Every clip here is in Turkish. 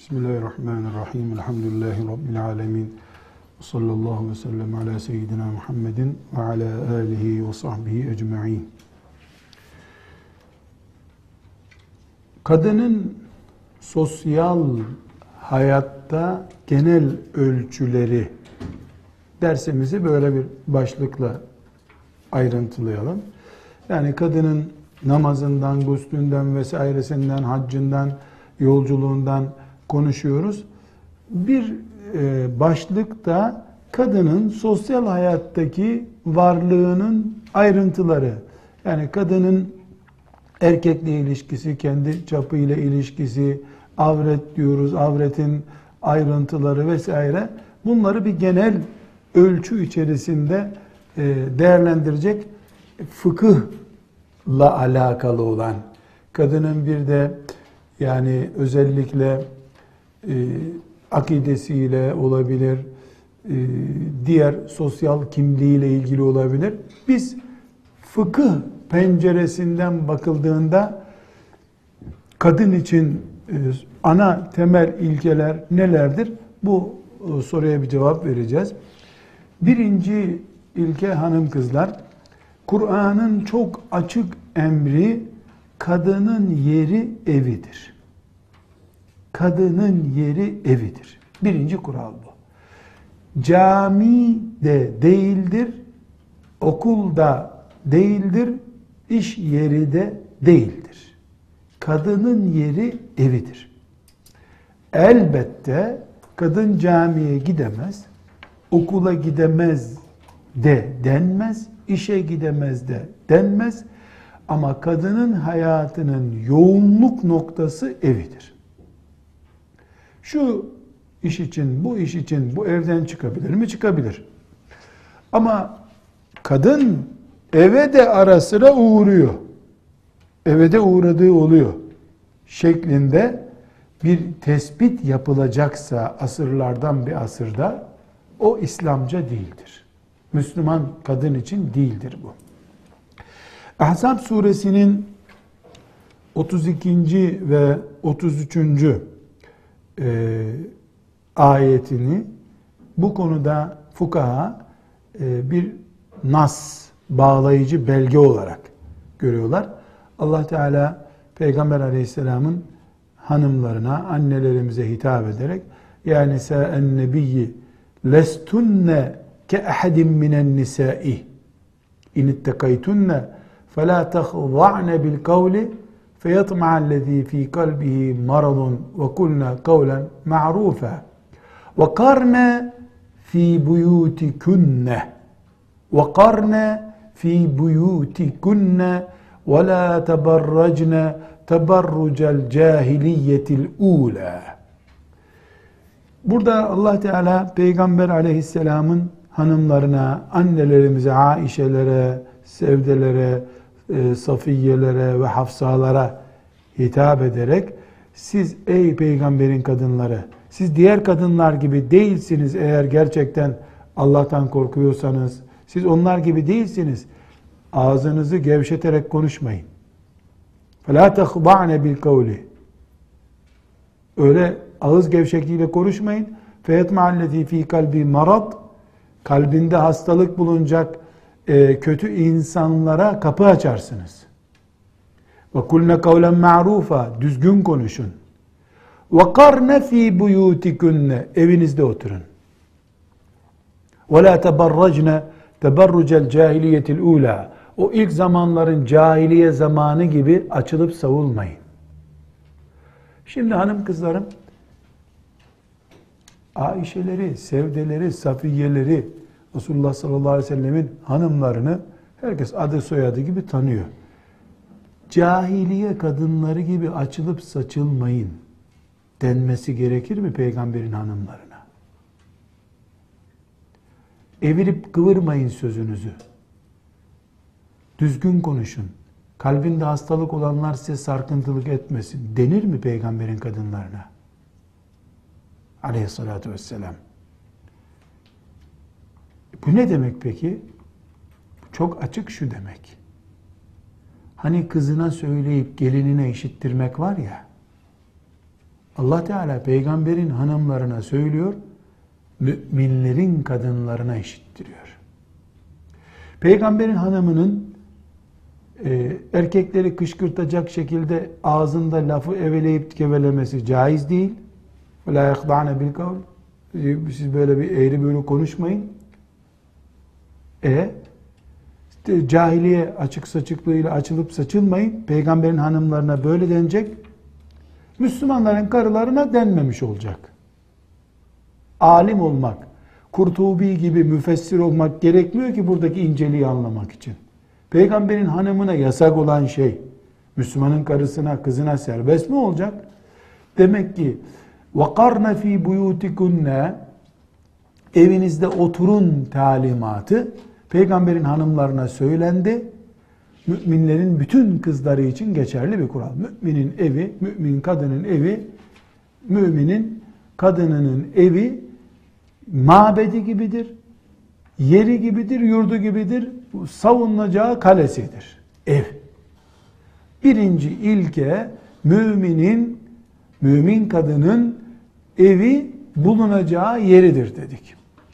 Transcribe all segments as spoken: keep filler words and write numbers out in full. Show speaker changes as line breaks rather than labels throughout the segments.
Bismillahirrahmanirrahim. Elhamdülillahi Rabbil alemin. Sallallahu ve sellem ala seyyidina Muhammedin ve ala alihi ve sahbihi ecma'in. Kadının sosyal hayatta genel ölçüleri dersimizi böyle bir başlıkla ayrıntılayalım. Yani kadının namazından, guslünden vesairesinden, haccından, yolculuğundan konuşuyoruz. Bir e, başlıkta kadının sosyal hayattaki varlığının ayrıntıları. Yani kadının erkekle ilişkisi, kendi çapıyla ilişkisi, avret diyoruz, avretin ayrıntıları vesaire. Bunları bir genel ölçü içerisinde e, değerlendirecek, fıkıhla alakalı olan, kadının bir de yani özellikle e, akidesiyle olabilir, e, diğer sosyal kimliğiyle ilgili olabilir. Biz fıkıh penceresinden bakıldığında kadın için e, ana temel ilkeler nelerdir? Bu e, soruya bir cevap vereceğiz. Birinci ilke hanım kızlar, Kur'an'ın çok açık emri kadının yeri evidir. Kadının yeri evidir. Birinci kural bu. Cami de değildir, okulda değildir, iş yeri de değildir. Kadının yeri evidir. Elbette kadın camiye gidemez, okula gidemez de denmez, işe gidemez de denmez. Ama kadının hayatının yoğunluk noktası evidir. Şu iş için, bu iş için bu evden çıkabilir mi? Çıkabilir. Ama kadın eve de ara sıra uğruyor. Eve de uğradığı oluyor. Şeklinde bir tespit yapılacaksa asırlardan bir asırda o İslamca değildir. Müslüman kadın için değildir bu. Ahzab suresinin otuz ikinci ve otuz üçüncü E, ayetini bu konuda fukaha e, bir nas, bağlayıcı belge olarak görüyorlar. Allah Teala Peygamber Aleyhisselam'ın hanımlarına, annelerimize hitap ederek ya nisa'en nebiyyi lestunne ke ahadin minen nisai in ittekaytunne فَلَا تَخْضَعْنَ بِالْقَوْلِ فَيَطْمَعَ الَّذ۪ي ف۪ي قَلْبِهِ مَرَضٌ وَقُلْنَ قَوْلًا مَعْرُوفًا وَقَرْنَ ف۪ي بُيُوتِكُنَّ وَقَرْنَ ف۪ي بُيُوتِكُنَّ وَلَا تَبَرَّجْنَ تَبَرُّجَ الْجَاهِلِيَّةِ الْعُولَى. Burada Allah Teala Peygamber Aleyhisselam'ın hanımlarına, annelerimize, Aişelere, Sevdelere, Safiyelere ve Hafsalara hitap ederek siz ey peygamberin kadınları, siz diğer kadınlar gibi değilsiniz eğer gerçekten Allah'tan korkuyorsanız, siz onlar gibi değilsiniz. Ağzınızı gevşeterek konuşmayın. فَلَا تَخْضَعْنَ بِالْقَوْلِ Öyle ağız gevşekliğiyle konuşmayın. فَيَطْمَعَ الَّذ۪ي ف۪ي قَلْبِهِ مَرَضٍ Kalbinde hastalık bulunacak kötü insanlara kapı açarsınız. وَقُلْنَ قَوْلًا مَعْرُوفًا Düzgün konuşun. وَقَرْنَ ف۪ي بُيُوتِكُنَّ Evinizde oturun. وَلَا تَبَرَّجْنَ تَبَرُّجَ الْجَاهِلِيَّةِ الْعُولَى O ilk zamanların cahiliye zamanı gibi açılıp savulmayın. Şimdi hanım kızlarım, Aişeleri, Sevdeleri, Safiyeleri, Resulullah sallallahu aleyhi ve sellemin hanımlarını herkes adı soyadı gibi tanıyor. Cahiliye kadınları gibi açılıp saçılmayın denmesi gerekir mi peygamberin hanımlarına? Evirip kıvırmayın sözünüzü. Düzgün konuşun. Kalbinde hastalık olanlar size sarkıntılık etmesin denir mi peygamberin kadınlarına? Aleyhissalatü vesselam. Bu ne demek peki? Çok açık şu demek. Hani kızına söyleyip gelinine işittirmek var ya, Allah Teala peygamberin hanımlarına söylüyor, müminlerin kadınlarına işittiriyor. Peygamberin hanımının e, erkekleri kışkırtacak şekilde ağzında lafı eveleyip gevelemesi caiz değil. وَلَا يَخْضَعْنَ بِالْقَوْلِ Siz böyle bir eğri böyle konuşmayın. E işte cahiliye açık saçıklığıyla açılıp saçılmayın. Peygamberin hanımlarına böyle denecek. Müslümanların karılarına denmemiş olacak. Alim olmak, Kurtubi gibi müfessir olmak gerekmiyor ki buradaki inceliği anlamak için. Peygamberin hanımına yasak olan şey, Müslümanın karısına, kızına serbest mi olacak? Demek ki وَقَرْنَ ف۪ي بُيُوتِكُنَّ evinizde oturun talimatı Peygamberin hanımlarına söylendi. Müminlerin bütün kızları için geçerli bir kural. Müminin evi, mümin kadının evi, müminin kadınının evi mabedi gibidir, yeri gibidir, yurdu gibidir, savunacağı kalesidir. Ev. Birinci ilke müminin, mümin kadının evi bulunacağı yeridir dedik.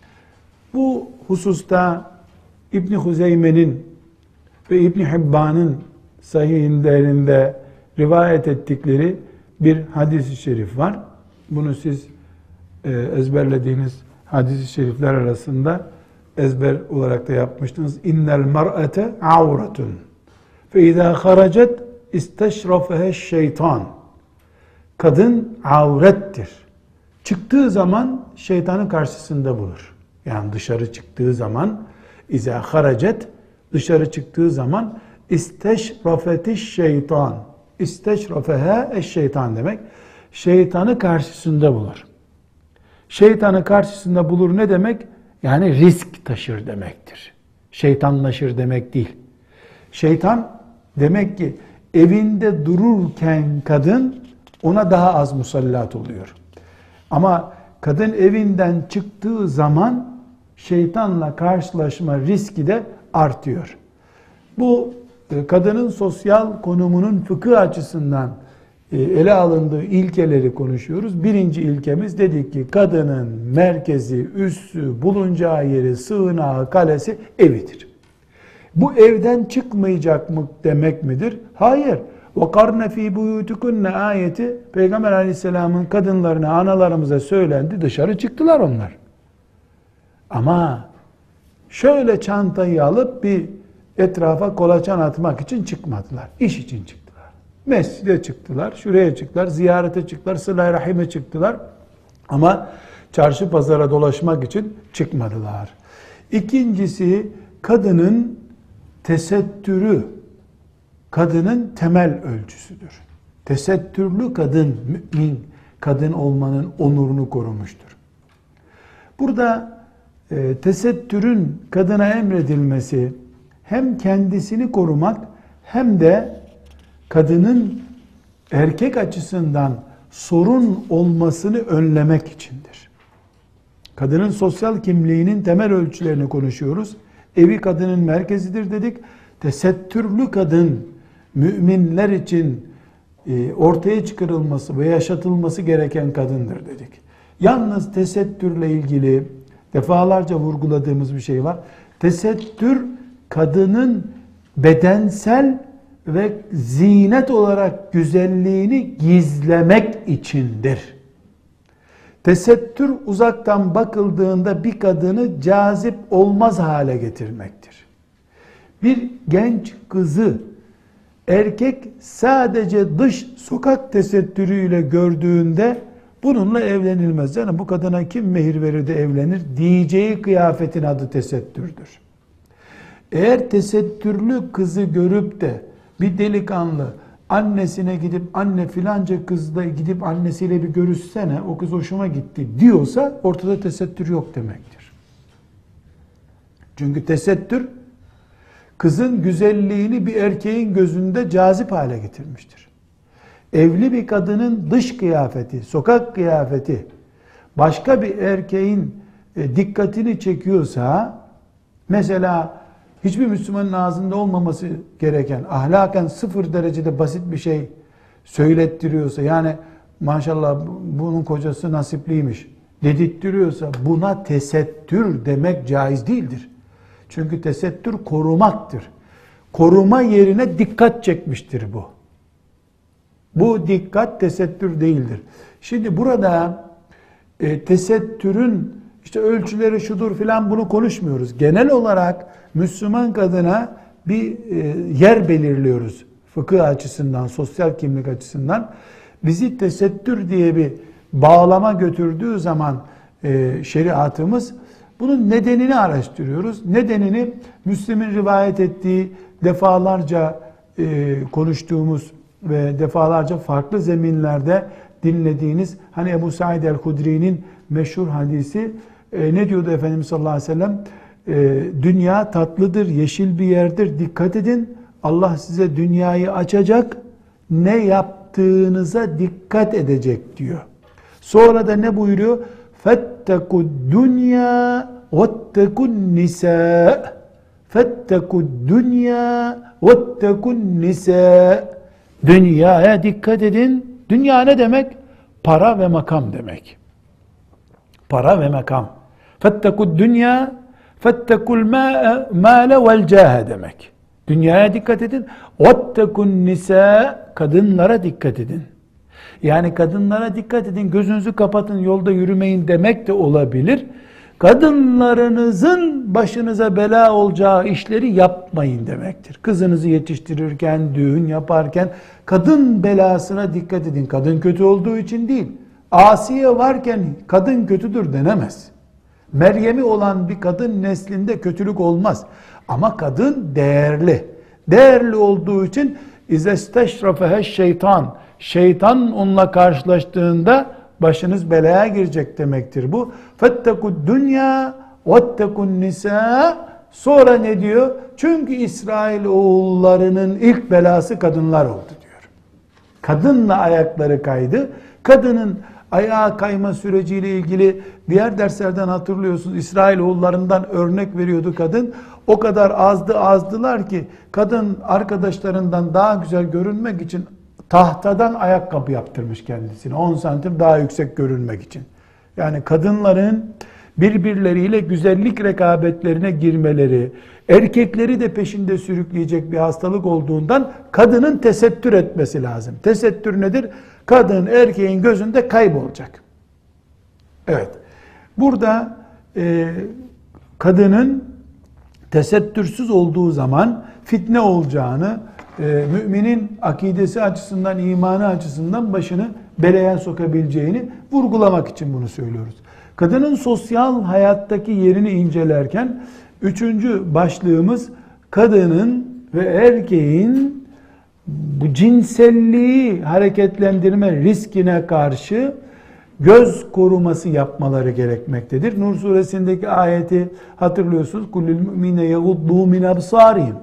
Bu hususta İbn Huzeyme'nin ve İbn Hibban'ın sahihlerinde rivayet ettikleri bir hadis-i şerif var. Bunu siz e, ezberlediğiniz hadis-i şerifler arasında ezber olarak da yapmıştınız. İnnel mar'ate avretun fe izâ haracet isteşrafehe şeytan. Kadın avrettir. Çıktığı zaman şeytanın karşısında bulur. Yani dışarı çıktığı zaman izâ haracet dışarı çıktığı zaman isteşrafetiş şeytan. İsteşrafehe eş şeytan demek. Şeytanı karşısında bulur. Şeytanı karşısında bulur ne demek? Yani risk taşır demektir. Şeytanlaşır demek değil. Şeytan demek ki evinde dururken kadın ona daha az musallat oluyor. Ama kadın evinden çıktığı zaman şeytanla karşılaşma riski de artıyor. Bu kadının sosyal konumunun fıkıh açısından ele alındığı ilkeleri konuşuyoruz. Birinci ilkemiz dedik ki kadının merkezi, üssü, bulunacağı yeri, sığınağı, kalesi evidir. Bu evden çıkmayacak mı demek midir? Hayır. وَقَرْنَ ف۪ي بُيُوتُكُنَّ ayeti Peygamber aleyhisselamın kadınlarına, analarımıza söylendi. Dışarı çıktılar onlar. Ama şöyle çantayı alıp bir etrafa kolaçan atmak için çıkmadılar. İş için çıktılar. Mescide çıktılar, şuraya çıktılar, ziyarete çıktılar, sıla-i rahime çıktılar. Ama çarşı pazara dolaşmak için çıkmadılar. İkincisi, kadının tesettürü, kadının temel ölçüsüdür. Tesettürlü kadın, mümin kadın olmanın onurunu korumuştur. Burada e, tesettürün kadına emredilmesi, hem kendisini korumak hem de kadının erkek açısından sorun olmasını önlemek içindir. Kadının sosyal kimliğinin temel ölçülerini konuşuyoruz. Evi kadının merkezidir dedik. Tesettürlü kadın müminler için ortaya çıkarılması ve yaşatılması gereken kadındır dedik. Yalnız tesettürle ilgili defalarca vurguladığımız bir şey var. Tesettür kadının bedensel ve zinet olarak güzelliğini gizlemek içindir. Tesettür uzaktan bakıldığında bir kadını cazip olmaz hale getirmektir. Bir genç kızı erkek sadece dış sokak tesettürüyle gördüğünde bununla evlenilmez. Yani bu kadına kim mehir verir de evlenir diyeceği kıyafetin adı tesettürdür. Eğer tesettürlü kızı görüp de bir delikanlı annesine gidip anne filanca kızla gidip annesiyle bir görüşsene o kız hoşuma gitti diyorsa ortada tesettür yok demektir. Çünkü tesettür kızın güzelliğini bir erkeğin gözünde cazip hale getirmiştir. Evli bir kadının dış kıyafeti, sokak kıyafeti başka bir erkeğin dikkatini çekiyorsa, mesela hiçbir Müslümanın ağzında olmaması gereken, ahlaken sıfır derecede basit bir şey söylettiriyorsa, yani maşallah bunun kocası nasipliymiş dedirtiyorsa buna tesettür demek caiz değildir. Çünkü tesettür korumaktır. Koruma yerine dikkat çekmiştir bu. Bu dikkat tesettür değildir. Şimdi burada e, tesettürün işte ölçüleri şudur filan bunu konuşmuyoruz. Genel olarak Müslüman kadına bir e, yer belirliyoruz. Fıkıh açısından, sosyal kimlik açısından. Bizi tesettür diye bir bağlama götürdüğü zaman e, şeriatımız bunun nedenini araştırıyoruz. Nedenini Müslim'in rivayet ettiği defalarca e, konuştuğumuz ve defalarca farklı zeminlerde dinlediğiniz hani Ebu Said el-Hudri'nin meşhur hadisi e, ne diyordu Efendimiz sallallahu aleyhi ve sellem? E, dünya tatlıdır, yeşil bir yerdir. Dikkat edin. Allah size dünyayı açacak. Ne yaptığınıza dikkat edecek diyor. Sonra da ne buyuruyor? Fettekud dünya vettekun nisa. Fettekud dünya vettekun nisa. Dünyaya dikkat edin. Dünya ne demek? Para ve makam demek. Para ve makam. Fettekud dünya fettekul mâle vel câhe demek. Dünyaya dikkat edin. Vettekun nisa. Kadınlara dikkat edin. Yani kadınlara dikkat edin, gözünüzü kapatın, yolda yürümeyin demek de olabilir. Kadınlarınızın başınıza bela olacağı işleri yapmayın demektir. Kızınızı yetiştirirken, düğün yaparken kadın belasına dikkat edin. Kadın kötü olduğu için değil. Asiye varken kadın kötüdür denemez. Meryem'i olan bir kadın neslinde kötülük olmaz. Ama kadın değerli. Değerli olduğu için İzesteşrafehe şeytan. Şeytan onunla karşılaştığında başınız belaya girecek demektir bu. Fettekud dünya vettekun nisa. Sonra ne diyor? Çünkü İsrail oğullarının ilk belası kadınlar oldu diyor. Kadınla ayakları kaydı. Kadının ayağa kayma süreciyle ilgili diğer derslerden hatırlıyorsunuz. İsrail oğullarından örnek veriyordu kadın. O kadar azdı azdılar ki kadın arkadaşlarından daha güzel görünmek için tahtadan ayakkabı yaptırmış kendisine. on santim daha yüksek görünmek için. Yani kadınların birbirleriyle güzellik rekabetlerine girmeleri, erkekleri de peşinde sürükleyecek bir hastalık olduğundan kadının tesettür etmesi lazım. Tesettür nedir? Kadın erkeğin gözünde kaybolacak. Evet. Burada e, kadının tesettürsüz olduğu zaman fitne olacağını, e, müminin akidesi açısından, imanı açısından başını belaya sokabileceğini vurgulamak için bunu söylüyoruz. Kadının sosyal hayattaki yerini incelerken üçüncü başlığımız kadının ve erkeğin bu cinselliği hareketlendirme riskine karşı göz koruması yapmaları gerekmektedir. Nur suresindeki ayeti hatırlıyorsunuz. Kullil mu'mine yaguddu min absarihim.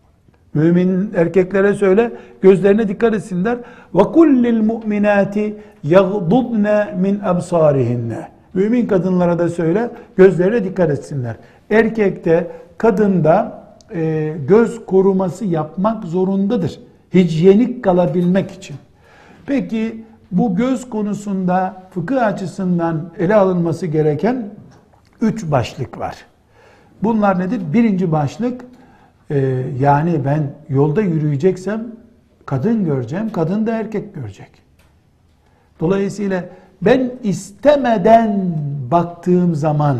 Mümin erkeklere söyle, gözlerine dikkat etsinler. Ve kullil mu'minati yagdudne min absarihinne. Mümin kadınlara da söyle, gözlerine dikkat etsinler. Erkekte, kadında e, göz koruması yapmak zorundadır. Hijyenik kalabilmek için. Peki bu göz konusunda fıkıh açısından ele alınması gereken üç başlık var. Bunlar nedir? Birinci başlık, e, yani ben yolda yürüyeceksem kadın göreceğim, kadın da erkek görecek. Dolayısıyla ben istemeden baktığım zaman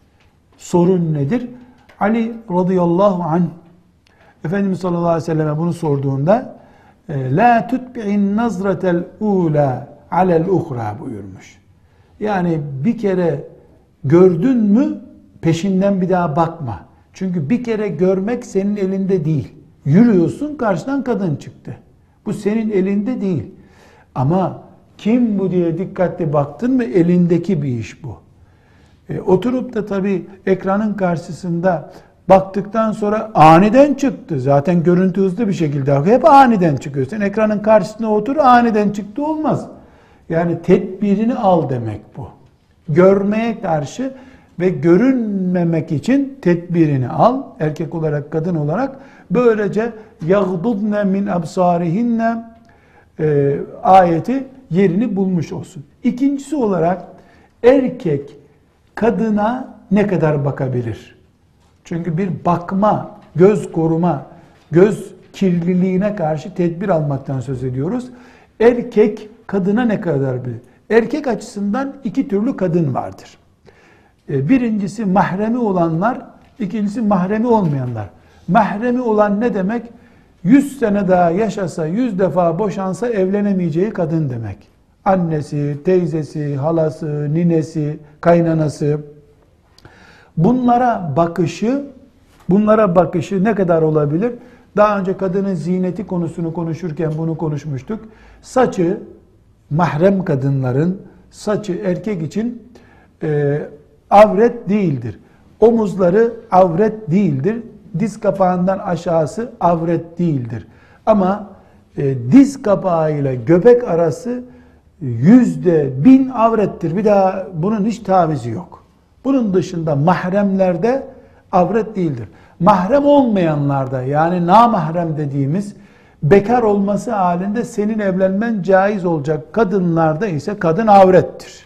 sorun nedir? Ali radıyallahu anh Efendimiz sallallahu aleyhi ve selleme bunu sorduğunda la tutbi'in nazratel ula alel uhra buyurmuş. Yani bir kere gördün mü peşinden bir daha bakma. Çünkü bir kere görmek senin elinde değil. Yürüyorsun, karşıdan kadın çıktı. Bu senin elinde değil. Ama kim bu diye dikkatli baktın mı elindeki bir iş bu. E, oturup da tabii ekranın karşısında baktıktan sonra aniden çıktı. Zaten görüntü hızlı bir şekilde hep aniden çıkıyor. Sen ekranın karşısına otur, aniden çıktı olmaz. Yani tedbirini al demek bu. Görmeye karşı ve görünmemek için tedbirini al. Erkek olarak, kadın olarak. Böylece yagdudne min absarihinne e, ayeti yerini bulmuş olsun. İkincisi olarak erkek kadına ne kadar bakabilir? Çünkü bir bakma, göz koruma, göz kirliliğine karşı tedbir almaktan söz ediyoruz. Erkek kadına ne kadar bilir? Erkek açısından iki türlü kadın vardır. Birincisi mahremi olanlar, ikincisi mahremi olmayanlar. Mahremi olan ne demek? yüz sene daha yaşasa, yüz defa boşansa evlenemeyeceği kadın demek. Annesi, teyzesi, halası, ninesi, kaynanası. Bunlara bakışı, bunlara bakışı ne kadar olabilir? Daha önce kadının ziyneti konusunu konuşurken bunu konuşmuştuk. Saçı, mahrem kadınların saçı erkek için e, avret değildir. Omuzları avret değildir. Diz kapağından aşağısı avret değildir. Ama e, diz kapağı ile göbek arası yüzde bin avrettir. Bir daha bunun hiç tavizi yok. Bunun dışında mahremlerde avret değildir. Mahrem olmayanlarda, yani namahrem dediğimiz bekar olması halinde senin evlenmen caiz olacak kadınlarda ise kadın avrettir.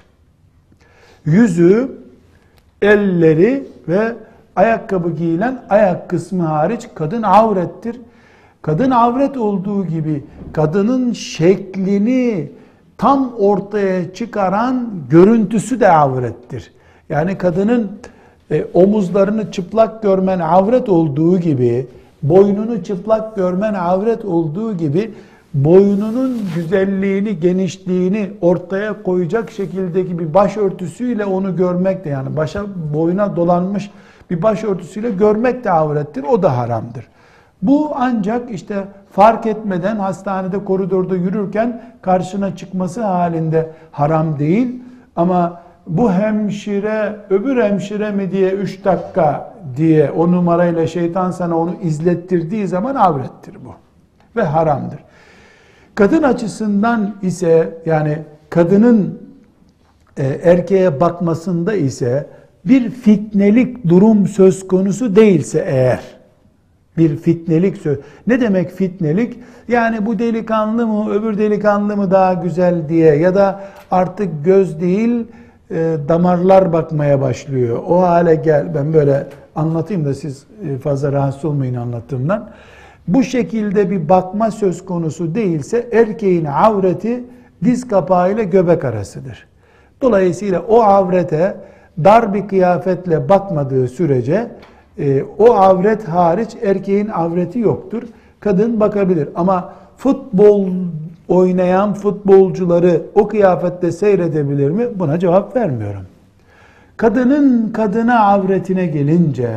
Yüzü, elleri ve ayakkabı giyilen ayak kısmı hariç kadın avrettir. Kadın avret olduğu gibi kadının şeklini tam ortaya çıkaran görüntüsü de avrettir. Yani kadının e, omuzlarını çıplak görmen avret olduğu gibi, boynunu çıplak görmen avret olduğu gibi, boynunun güzelliğini, genişliğini ortaya koyacak şekildeki bir başörtüsüyle onu görmek de, yani başa boyuna dolanmış bir başörtüsüyle görmek de avrettir. O da haramdır. Bu ancak işte fark etmeden hastanede koridorda yürürken karşına çıkması halinde haram değil. Ama bu hemşire öbür hemşire mi diye üç dakika diye o numarayla şeytan sana onu izlettirdiği zaman avrettir bu. Ve haramdır. Kadın açısından ise, yani kadının e, erkeğe bakmasında ise bir fitnelik durum söz konusu değilse eğer, bir fitnelik söz. Ne demek fitnelik? Yani bu delikanlı mı, öbür delikanlı mı daha güzel diye, ya da artık göz değil e, damarlar bakmaya başlıyor. O hale gel, ben böyle anlatayım da siz e, fazla rahatsız olmayın anlattığımdan. Bu şekilde bir bakma söz konusu değilse erkeğin avreti diz kapağı ile göbek arasıdır. Dolayısıyla o avrete dar bir kıyafetle bakmadığı sürece e, o avret hariç erkeğin avreti yoktur. Kadın bakabilir ama futbol oynayan futbolcuları o kıyafette seyredebilir mi? Buna cevap vermiyorum. Kadının kadına avretine gelince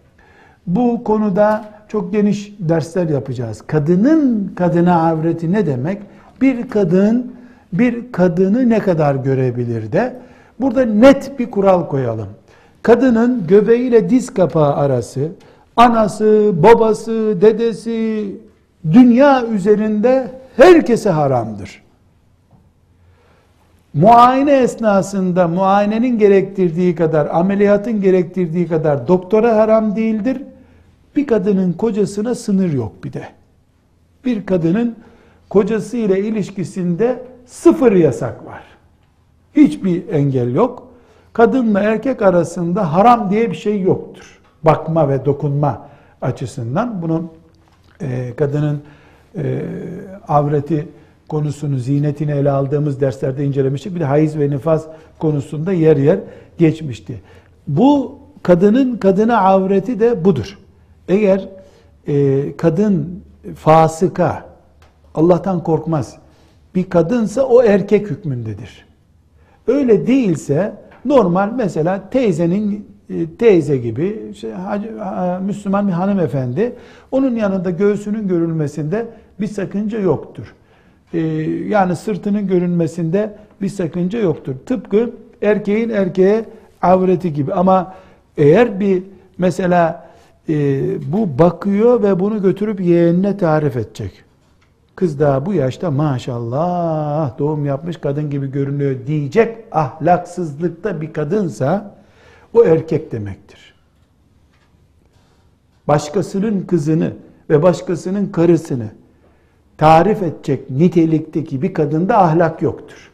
bu konuda çok geniş dersler yapacağız. Kadının kadına avreti ne demek? Bir kadın bir kadını ne kadar görebilir de burada net bir kural koyalım. Kadının göbeğiyle diz kapağı arası, anası, babası, dedesi, dünya üzerinde herkese haramdır. Muayene esnasında muayenenin gerektirdiği kadar, ameliyatın gerektirdiği kadar doktora haram değildir. Bir kadının kocasına sınır yok bir de. Bir kadının kocası ile ilişkisinde sıfır yasak var. Hiçbir engel yok. Kadınla erkek arasında haram diye bir şey yoktur. Bakma ve dokunma açısından bunu e, kadının e, avreti konusunu, ziynetini ele aldığımız derslerde incelemiştik. Bir de hayız ve nifas konusunda yer yer geçmişti. Bu kadının kadına avreti de budur. Eğer e, kadın fasıka, Allah'tan korkmaz bir kadınsa o erkek hükmündedir. Öyle değilse normal, mesela teyzenin e, teyze gibi işte, Müslüman bir hanımefendi, onun yanında göğsünün görülmesinde bir sakınca yoktur. E, yani sırtının görünmesinde bir sakınca yoktur. Tıpkı erkeğin erkeğe avreti gibi. Ama eğer bir mesela e, bu bakıyor ve bunu götürüp yeğenine tarif edecek. Kız daha bu yaşta maşallah doğum yapmış kadın gibi görünüyor diyecek ahlaksızlıkta bir kadınsa o erkek demektir. Başkasının kızını ve başkasının karısını tarif edecek nitelikteki bir kadında ahlak yoktur.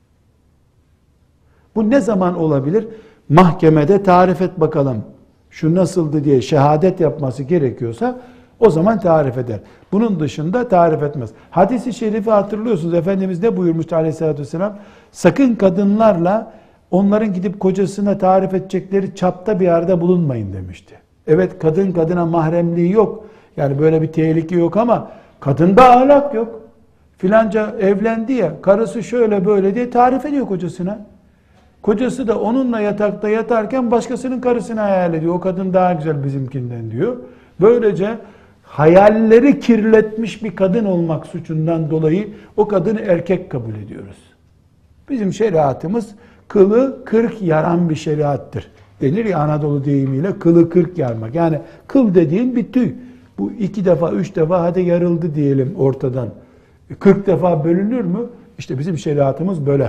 Bu ne zaman olabilir? Mahkemede tarif et bakalım, şu nasıldı diye şehadet yapması gerekiyorsa o zaman tarif eder. Bunun dışında tarif etmez. Hadis-i şerifi hatırlıyorsunuz. Efendimiz ne buyurmuştu aleyhissalatü vesselam? Sakın kadınlarla onların gidip kocasına tarif edecekleri çapta bir yerde bulunmayın demişti. Evet, kadın kadına mahremliği yok. Yani böyle bir tehlike yok ama kadında ahlak yok. Filanca evlendi ya, karısı şöyle böyle diye tarif ediyor kocasına. Kocası da onunla yatakta yatarken başkasının karısını hayal ediyor. O kadın daha güzel bizimkinden diyor. Böylece hayalleri kirletmiş bir kadın olmak suçundan dolayı o kadını erkek kabul ediyoruz. Bizim şeriatımız kılı kırk yaran bir şeriattır. Denir ya Anadolu deyimiyle, kılı kırk yarmak. Yani kıl dediğin bir tüy. Bu iki defa, üç defa hadi yarıldı diyelim ortadan. kırk defa bölünür mü? İşte bizim şeriatımız böler.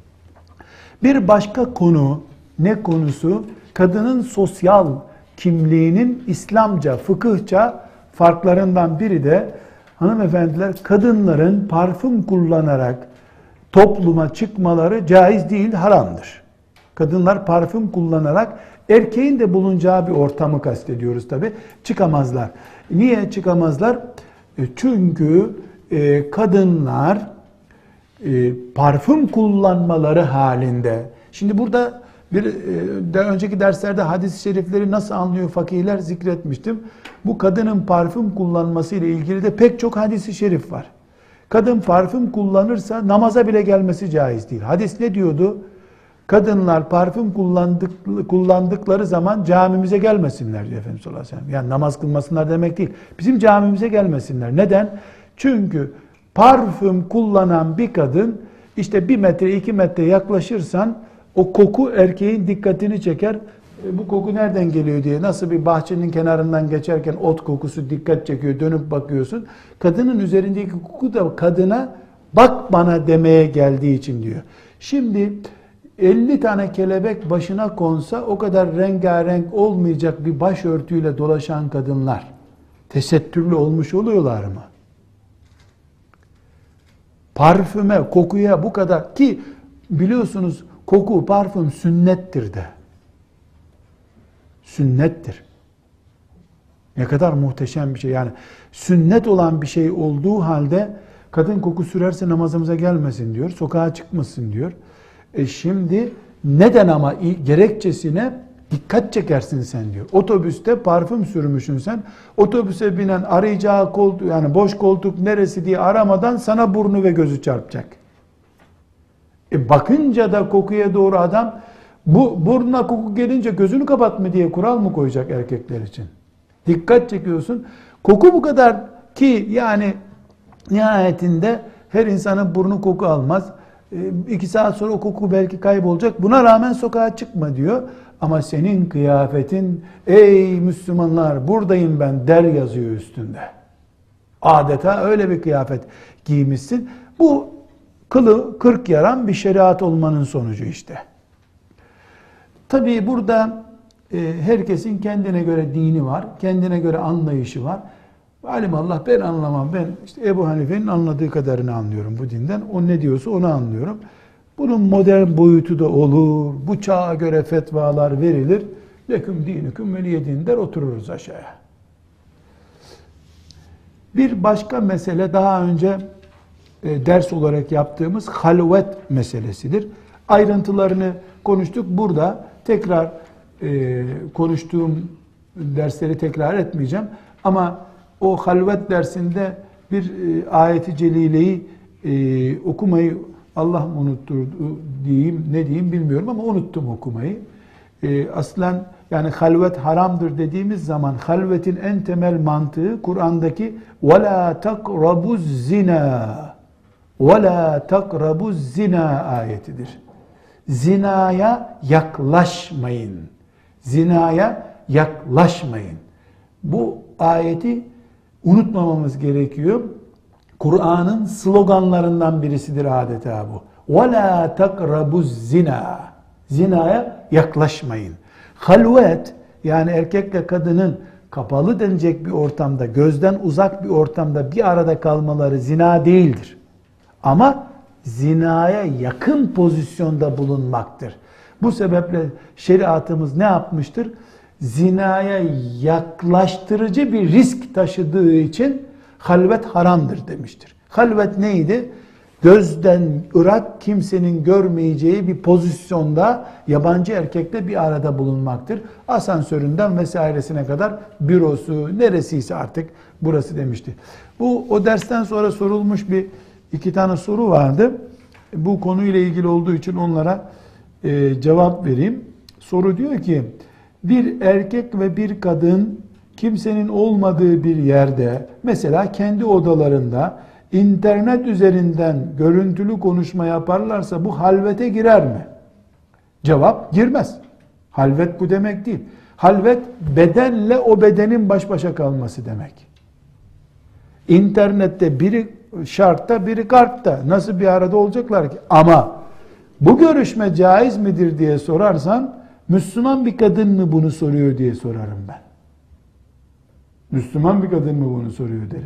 Bir başka konu, ne konusu? Kadının sosyal kimliğinin İslamca, fıkıhça farklarından biri de hanımefendiler, kadınların parfüm kullanarak topluma çıkmaları caiz değil, haramdır. Kadınlar parfüm kullanarak, erkeğin de bulunacağı bir ortamı kastediyoruz tabi, çıkamazlar. Niye çıkamazlar? Çünkü kadınlar parfüm kullanmaları halinde, şimdi burada bir daha önceki derslerde hadis-i şerifleri nasıl anlıyor fakihler zikretmiştim. Bu kadının parfüm kullanması ile ilgili de pek çok hadis-i şerif var. Kadın parfüm kullanırsa namaza bile gelmesi caiz değil. Hadis ne diyordu? Kadınlar parfüm kullandık, kullandıkları zaman camimize gelmesinler diyor Efendimiz sallallahu aleyhi ve sellem. Yani namaz kılmasınlar demek değil. Bizim camimize gelmesinler. Neden? Çünkü parfüm kullanan bir kadın, işte bir metre iki metre yaklaşırsan o koku erkeğin dikkatini çeker. E, bu koku nereden geliyor diye, nasıl bir bahçenin kenarından geçerken ot kokusu dikkat çekiyor, dönüp bakıyorsun. Kadının üzerindeki koku da kadına bak bana demeye geldiği için diyor. Şimdi elli tane kelebek başına konsa o kadar rengarenk olmayacak bir başörtüyle dolaşan kadınlar tesettürlü olmuş oluyorlar mı? Parfüme, kokuya bu kadar, ki biliyorsunuz koku, parfüm sünnettir de. Sünnettir. Ne kadar muhteşem bir şey. Yani sünnet olan bir şey olduğu halde kadın koku sürerse namazımıza gelmesin diyor. Sokağa çıkmasın diyor. E şimdi neden ama gerekçesine dikkat çekersin sen diyor. Otobüste parfüm sürmüşsün sen. Otobüse binen arayacağı koltuk, yani boş koltuk neresi diye aramadan sana burnu ve gözü çarpacak. E bakınca da kokuya doğru adam, bu burnuna koku gelince gözünü kapat mı diye kural mı koyacak erkekler için? Dikkat çekiyorsun. Koku bu kadar ki yani nihayetinde her insanın burnu koku almaz. E, iki saat sonra o koku belki kaybolacak. Buna rağmen sokağa çıkma diyor. Ama senin kıyafetin, ey Müslümanlar buradayım ben der yazıyor üstünde. Adeta öyle bir kıyafet giymişsin. Bu kılı kırk yaran bir şeriat olmanın sonucu işte. Tabii burada e, herkesin kendine göre dini var, kendine göre anlayışı var. Alimallah ben anlamam, ben işte Ebu Hanife'nin anladığı kadarını anlıyorum bu dinden. O ne diyorsa onu anlıyorum. Bunun modern boyutu da olur, bu çağa göre fetvalar verilir. Leküm dinüküm veliyedin der, otururuz aşağıya. Bir başka mesele daha önce e, ders olarak yaptığımız halvet meselesidir. Ayrıntılarını konuştuk. Burada tekrar e, konuştuğum dersleri tekrar etmeyeceğim. Ama o halvet dersinde bir e, ayeti celileyi e, okumayı Allah unutturdu diyeyim, ne diyeyim bilmiyorum ama unuttum okumayı. E, aslen yani halvet haramdır dediğimiz zaman halvetin en temel mantığı Kur'an'daki وَلَا تَقْرَبُوا الزِّنَا وَلَا تَقْرَبُوا الزِّنَا ayetidir. Zinaya yaklaşmayın. Zinaya yaklaşmayın. Bu ayeti unutmamamız gerekiyor. Kur'an'ın sloganlarından birisidir adeta bu. وَلَا تَقْرَبُوا الزِّنَا Zinaya yaklaşmayın. Halvet, yani erkekle kadının kapalı denecek bir ortamda, gözden uzak bir ortamda bir arada kalmaları zina değildir. Ama zinaya yakın pozisyonda bulunmaktır. Bu sebeple şeriatımız ne yapmıştır? Zinaya yaklaştırıcı bir risk taşıdığı için halvet haramdır demiştir. Halvet neydi? Gözden ırak, kimsenin görmeyeceği bir pozisyonda yabancı erkekle bir arada bulunmaktır. Asansöründen vesairesine kadar, bürosu neresiyse artık burası demişti. Bu o dersten sonra sorulmuş bir iki tane soru vardı. Bu konuyla ilgili olduğu için onlara e, cevap vereyim. Soru diyor ki, bir erkek ve bir kadın kimsenin olmadığı bir yerde, mesela kendi odalarında internet üzerinden görüntülü konuşma yaparlarsa bu halvete girer mi? Cevap, girmez. Halvet bu demek değil. Halvet bedenle o bedenin baş başa kalması demek. İnternette biri şartta biri kartta nasıl bir arada olacaklar ki? Ama bu görüşme caiz midir diye sorarsan, Müslüman bir kadın mı bunu soruyor diye sorarım ben. Müslüman bir kadın mı bunu soruyor derim.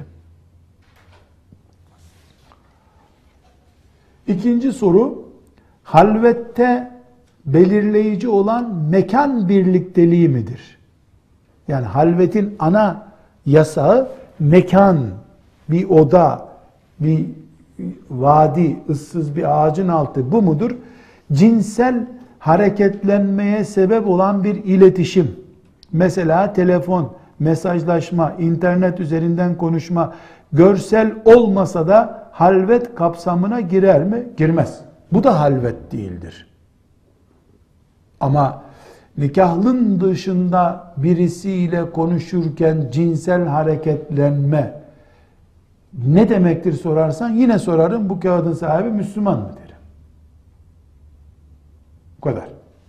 İkinci soru, halvette belirleyici olan mekan birlikteliği midir? Yani halvetin ana yasağı mekan, bir oda, bir vadi, ıssız bir ağacın altı, bu mudur? Cinsel hareketlenmeye sebep olan bir iletişim. Mesela telefon, mesajlaşma, internet üzerinden konuşma, görsel olmasa da halvet kapsamına girer mi? Girmez. Bu da halvet değildir. Ama nikahlın dışında birisiyle konuşurken cinsel hareketlenme ne demektir sorarsan, yine sorarım, bu kağıdın sahibi Müslüman mı derim. Bu kadar.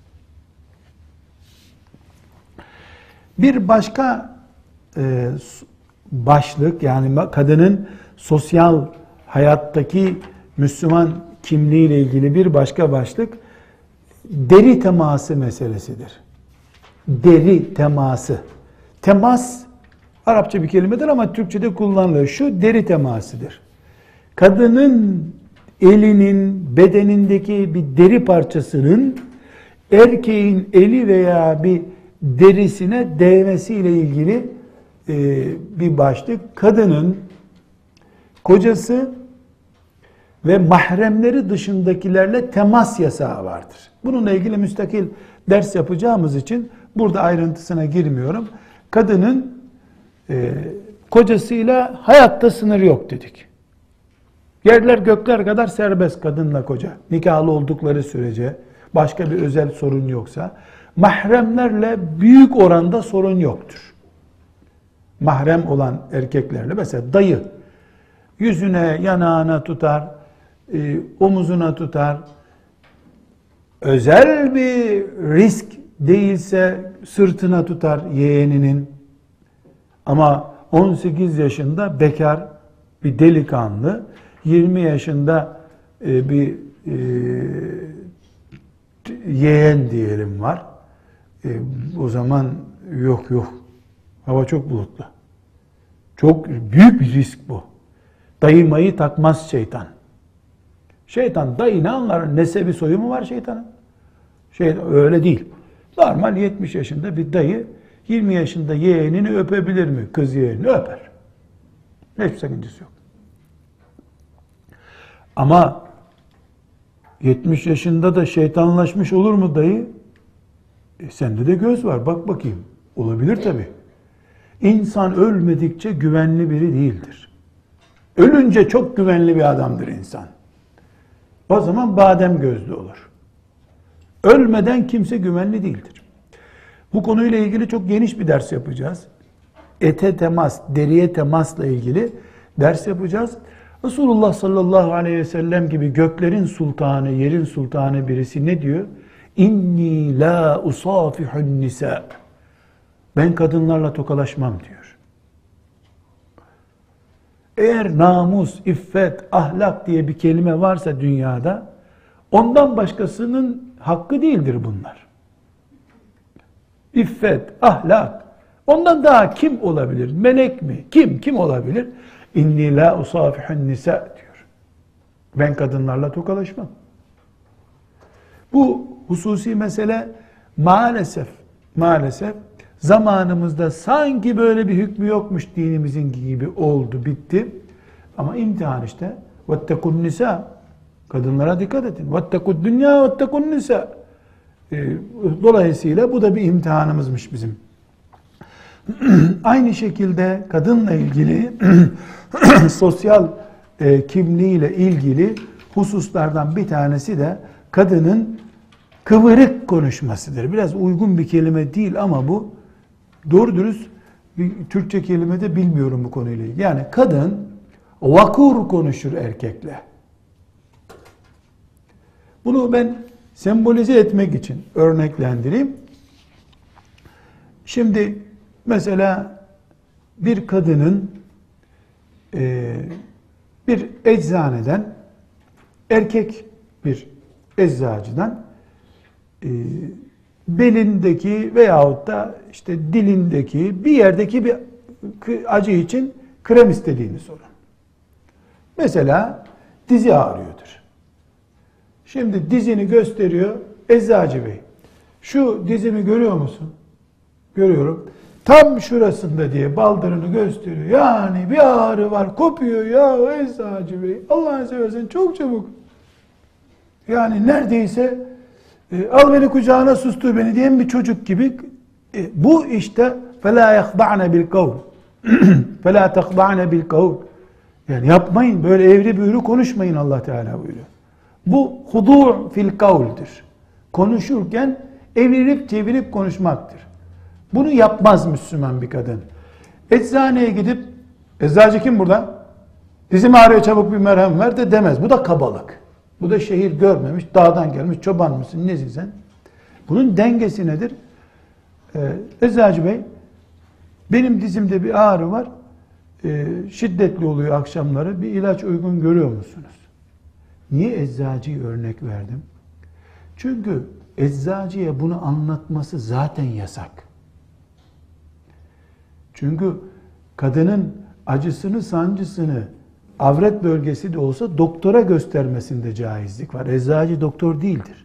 Bir başka e, başlık, yani kadının sosyal hayattaki Müslüman kimliğiyle ilgili bir başka başlık, deri teması meselesidir. Deri teması. Temas, Arapça bir kelimedir ama Türkçe'de kullanılıyor. Şu deri temasıdır. Kadının elinin, bedenindeki bir deri parçasının erkeğin eli veya bir derisine değmesiyle ilgili e, bir başlık. Kadının kocası ve mahremleri dışındakilerle temas yasağı vardır. Bununla ilgili müstakil ders yapacağımız için burada ayrıntısına girmiyorum. Kadının e, kocasıyla hayatta sınır yok dedik. Yerler gökler kadar serbest kadınla koca. Nikahlı oldukları sürece, başka bir özel sorun yoksa, mahremlerle büyük oranda sorun yoktur. Mahrem olan erkeklerle, mesela dayı, yüzüne, yanağına tutar, e, omuzuna tutar. Özel bir risk değilse sırtına tutar yeğeninin. Ama on sekiz yaşında bekar bir delikanlı, yirmi yaşında e, bir e, yeğen diyelim var. E, o zaman yok yok. Hava çok bulutlu. Çok büyük bir risk bu. Dayı mayı takmaz şeytan. Şeytan dayı ne anlar? Nesebi soyu mu var şeytanın? Şey, öyle değil. Normal yetmiş yaşında bir dayı yirmi yaşında yeğenini öpebilir mi? Kız yeğenini öper. Hiçbir sakıncası yok. Ama yetmiş yaşında da şeytanlaşmış olur mu dayı? E sende de göz var, bak bakayım. Olabilir tabii. İnsan ölmedikçe güvenli biri değildir. Ölünce çok güvenli bir adamdır insan. O zaman badem gözlü olur. Ölmeden kimse güvenli değildir. Bu konuyla ilgili çok geniş bir ders yapacağız. Ete temas, deriye temasla ilgili ders yapacağız. Resulullah sallallahu aleyhi ve sellem gibi göklerin sultanı, yerin sultanı birisi ne diyor? İnni la usafihun nisa. Ben kadınlarla tokalaşmam diyor. Eğer namus, iffet, ahlak diye bir kelime varsa dünyada, ondan başkasının hakkı değildir bunlar. İffet, ahlak, Ondan daha kim olabilir? Melek mi? Kim? Kim olabilir? İnni la usafihun nisa diyor. Ben kadınlarla tokalaşmam. Bu hususi mesele maalesef maalesef zamanımızda sanki böyle bir hükmü yokmuş dinimizin gibi oldu, bitti. Ama imtihan işte. وَاتَّقُوا النِّسَاءِ Kadınlara dikkat edin. وَاتَّقُوا الدُّنْيَا وَاتَّقُوا النِّسَاءِ Dolayısıyla bu da bir imtihanımızmış bizim. Aynı şekilde kadınla ilgili sosyal e, kimliğiyle ilgili hususlardan bir tanesi de kadının kıvırık konuşmasıdır. Biraz uygun bir kelime değil ama bu doğru dürüst bir Türkçe kelime de bilmiyorum bu konuyla ilgili. Yani kadın vakur konuşur erkekle. Bunu ben sembolize etmek için örneklendireyim. Şimdi mesela bir kadının e, bir eczaneden, erkek bir eczacıdan e, belindeki veyahut da işte dilindeki bir yerdeki bir acı için krem istediğini sorun. Mesela dizi ağrıyordur. Şimdi dizini gösteriyor. Eczacı bey, şu dizimi görüyor musun? Görüyorum. Tam şurasında diye baldırını gösteriyor. Yani bir ağrı var, kopuyor ya eczacı bey. Allah'ını seversen çok çabuk. Yani neredeyse e, al beni kucağına, sustur beni diyen bir çocuk gibi. E, bu işte فَلَا يَخْضَعْنَ بِالْقَوْلِ فَلَا تَخْضَعْنَ بِالْقَوْلِ Yani yapmayın, böyle evri büğrü konuşmayın Allah Teala buyuruyor. Bu hudu' fil kavldir. Konuşurken evirip çevirip konuşmaktır. Bunu yapmaz Müslüman bir kadın. Eczaneye gidip, eczacı kim burada? Dizim ağrıyor, çabuk bir merhem ver de demez. Bu da kabalık. Bu da şehir görmemiş, dağdan gelmiş, çoban mısın, nesin sen? Bunun dengesi nedir? Ee, eczacı bey, benim dizimde bir ağrı var, ee, şiddetli oluyor akşamları, bir ilaç uygun görüyor musunuz? Niye eczacıyı örnek verdim? Çünkü eczacıya bunu anlatması zaten yasak. Çünkü kadının acısını, sancısını avret bölgesi de olsa doktora göstermesinde caizlik var. Eczacı doktor değildir.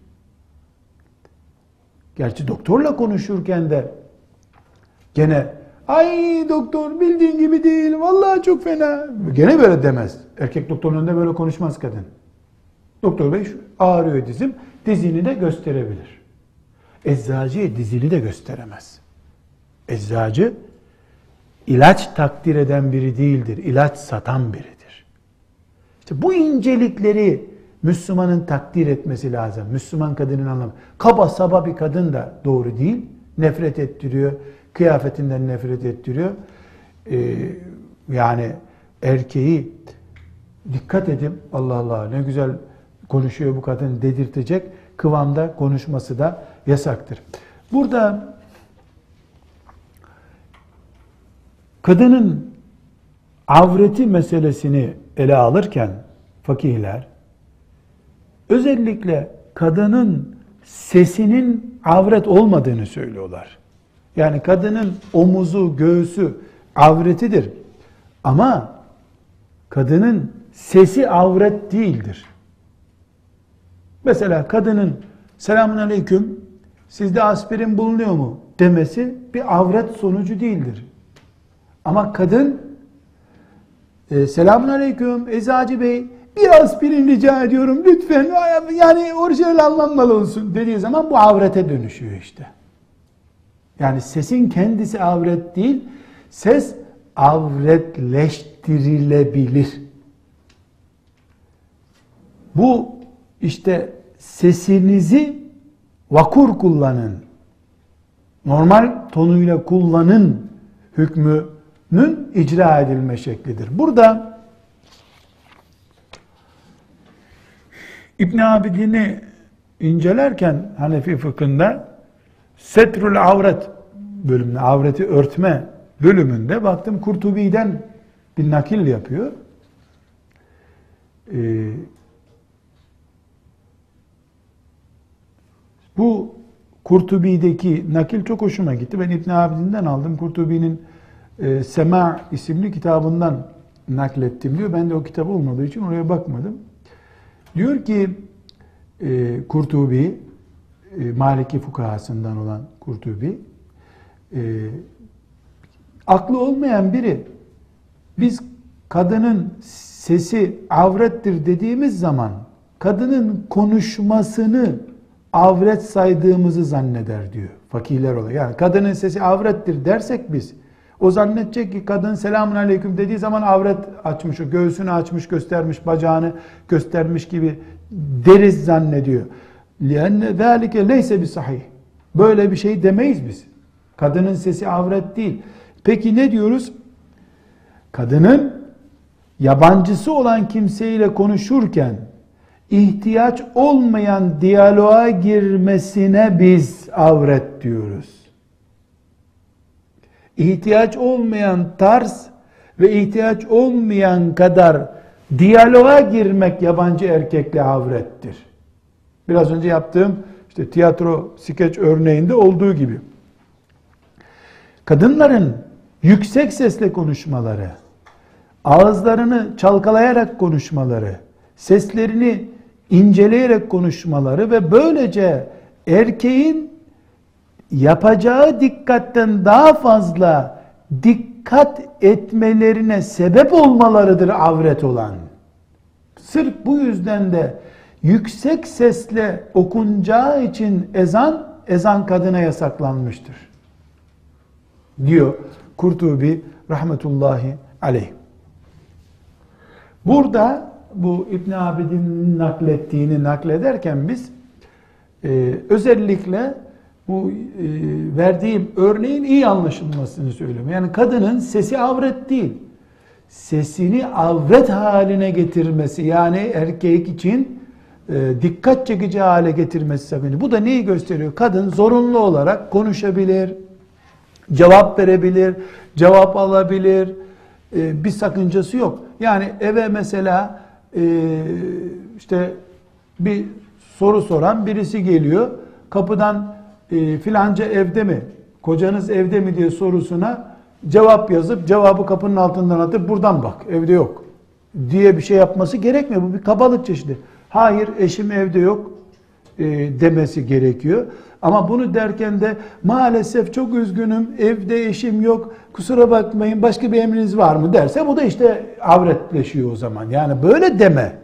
Gerçi doktorla konuşurken de gene ay doktor bildiğin gibi değil, vallahi çok fena. Gene böyle demez. Erkek doktorun önünde böyle konuşmaz kadın. Doktor bey ağrıyor dizim, dizini de gösterebilir. Eczacıya dizini de gösteremez. Eczacı ilaç takdir eden biri değildir, ilaç satan biridir. İşte bu incelikleri Müslümanın takdir etmesi lazım. Müslüman kadının anlamı. Kaba saba bir kadın da doğru değil. Nefret ettiriyor, kıyafetinden nefret ettiriyor. Ee, yani erkeği dikkat edin, Allah Allah ne güzel konuşuyor bu kadın dedirtecek kıvamda konuşması da yasaktır. Burada kadının avreti meselesini ele alırken fakihler özellikle kadının sesinin avret olmadığını söylüyorlar. Yani kadının omuzu, göğsü avretidir. Ama kadının sesi avret değildir. Mesela kadının selamun aleyküm, sizde aspirin bulunuyor mu demesi bir avret sonucu değildir. Ama kadın e, selamun aleyküm eczacı bey, bir aspirin rica ediyorum lütfen, yani orijinal anlamlı olsun dediği zaman bu avrete dönüşüyor işte. Yani sesin kendisi avret değil, ses avretleştirilebilir. Bu işte sesinizi vakur kullanın, normal tonuyla kullanın hükmünün icra edilme şeklidir. Burada İbn Abidin'i incelerken Hanefi fıkhında Setrul Avret bölümünde, avreti örtme bölümünde baktım Kurtubi'den bir nakil yapıyor. Ee, bu Kurtubi'deki nakil çok hoşuma gitti. Ben İbn Abidin'den aldım. Kurtubi'nin e, Sema isimli kitabından naklettim diyor. Ben de o kitap olmadığı için oraya bakmadım. Diyor ki e, Kurtubi, e, Maliki fukahasından olan Kurtubi, e, aklı olmayan biri, biz kadının sesi avrettir dediğimiz zaman kadının konuşmasını avret saydığımızı zanneder diyor fakihler olarak. Yani kadının sesi avrettir dersek biz, o zannedecek ki kadın selamun aleyküm dediği zaman avret açmış, o göğsünü açmış, göstermiş, bacağını göstermiş gibi deriz zannediyor. لِأَنَّ ذَٰلِكَ لَيْسَ بِسَحِيهِ. Böyle bir şey demeyiz biz. Kadının sesi avret değil. Peki ne diyoruz? Kadının yabancısı olan kimseyle konuşurken ihtiyaç olmayan diyaloğa girmesine biz avret diyoruz. İhtiyaç olmayan tarz ve ihtiyaç olmayan kadar diyaloğa girmek yabancı erkekle avrettir. Biraz önce yaptığım işte tiyatro skeç örneğinde olduğu gibi. Kadınların yüksek sesle konuşmaları, ağızlarını çalkalayarak konuşmaları, seslerini inceleyerek konuşmaları ve böylece erkeğin yapacağı dikkatten daha fazla dikkat etmelerine sebep olmalarıdır avret olan. Sırf bu yüzden de yüksek sesle okunacağı için ezan, ezan kadına yasaklanmıştır diyor Kurtubi rahmetullahi aleyh. Burada bu İbn Abidin'in naklettiğini naklederken biz e, özellikle bu e, verdiğim örneğin iyi anlaşılmasını söylüyorum. Yani kadının sesi avret değil, sesini avret haline getirmesi, yani erkek için e, dikkat çekici hale getirmesi sebebi. Bu da neyi gösteriyor? Kadın zorunlu olarak konuşabilir, cevap verebilir, cevap alabilir, e, bir sakıncası yok. Yani eve mesela e, işte bir soru soran birisi geliyor, kapıdan e, filanca evde mi, kocanız evde mi diye sorusuna cevap yazıp cevabı kapının altından atıp buradan bak evde yok diye bir şey yapması gerekmiyor. Bu bir kabalık çeşidi. Hayır, eşim evde yok e, demesi gerekiyor. Ama bunu derken de maalesef çok üzgünüm, evde eşim yok, kusura bakmayın, başka bir emriniz var mı derse bu da işte avretleşiyor o zaman. Yani böyle deme.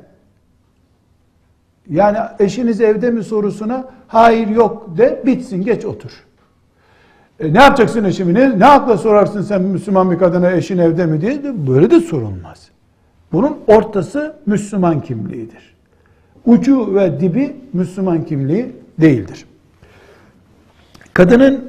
Yani eşiniz evde mi sorusuna hayır yok de, bitsin, geç otur. E, ne yapacaksın eşimi? Ne, ne akla sorarsın sen Müslüman bir kadına eşin evde mi diye? Böyle de sorulmaz. Bunun ortası Müslüman kimliğidir. Ucu ve dibi Müslüman kimliği değildir. Kadının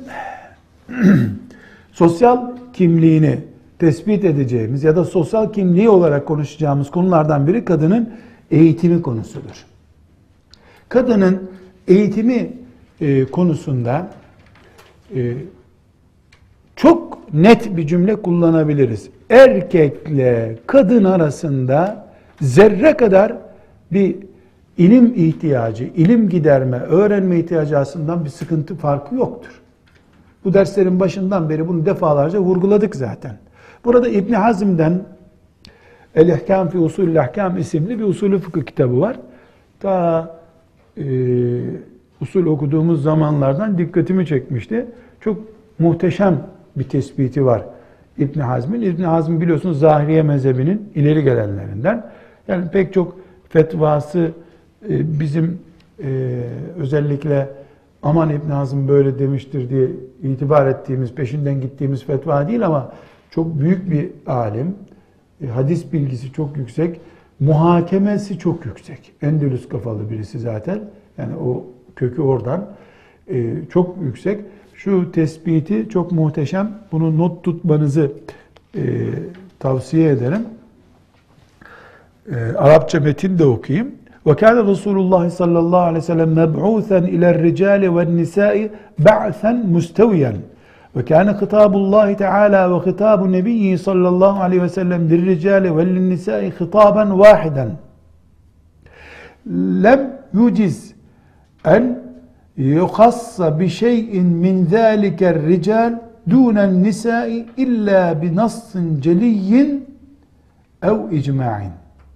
sosyal kimliğini tespit edeceğimiz ya da sosyal kimliği olarak konuşacağımız konulardan biri kadının eğitimi konusudur. Kadının eğitimi e, konusunda e, çok net bir cümle kullanabiliriz. Erkekle kadın arasında zerre kadar bir ilim ihtiyacı, ilim giderme, öğrenme ihtiyacı aslında bir sıkıntı farkı yoktur. Bu derslerin başından beri bunu defalarca vurguladık zaten. Burada İbn Hazm'den El-İhkam fi Usulü Ahkam isimli bir usulü fıkıh kitabı var. Ta e, usul okuduğumuz zamanlardan dikkatimi çekmişti. Çok muhteşem bir tespiti var İbn Hazm'in. İbn Hazm biliyorsunuz Zahiriye mezhebinin ileri gelenlerinden. Yani pek çok fetvası bizim e, özellikle aman İbn Hazm böyle demiştir diye itibar ettiğimiz, peşinden gittiğimiz fetva değil ama çok büyük bir alim, e, hadis bilgisi çok yüksek, muhakemesi çok yüksek. Endülüs kafalı birisi zaten. Yani o kökü oradan. E, çok yüksek. Şu tespiti çok muhteşem. Bunu not tutmanızı e, tavsiye ederim. E, Arapça metin de okuyayım. وَكَانَ رَسُولُ اللّٰهِ صَلَّى اللّٰهُ عَلَيْهِ وسلم مَبْعُوثًا إِلَى الرِّجَالِ وَالنِّسَاءِ بَعْثًا مُسْتَوِيًا وَكَانَ خِطَابُ اللّٰهِ تَعَالَى وَخِطَابُ نَبِيِّهِ صَلَّى اللّٰهُ عَلَيْهِ وسلم لِلرِّجَالِ وَلِلنِّسَاءِ خِطَابًا وَاحِدًا لَمْ يُجِزْ أَنْ yukhassa bi şey'in min zâliker rical dûnen nisâi illa bi nassin celiyyin ev icma'in.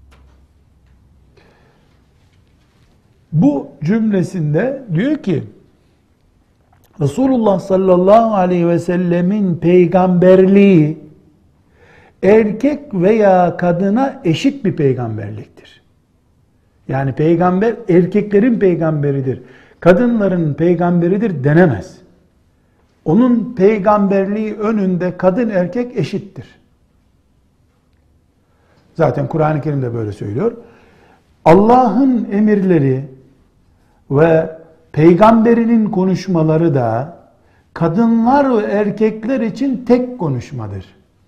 Bu cümlesinde diyor ki Resulullah sallallahu aleyhi ve sellemin peygamberliği erkek veya kadına eşit bir peygamberliktir. Yani peygamber erkeklerin peygamberidir, kadınların peygamberidir denemez. Onun peygamberliği önünde kadın erkek eşittir. Zaten Kur'an-ı Kerim'de böyle söylüyor. Allah'ın emirleri ve peygamberinin konuşmaları da kadınlar ve erkekler için tek konuşmadır.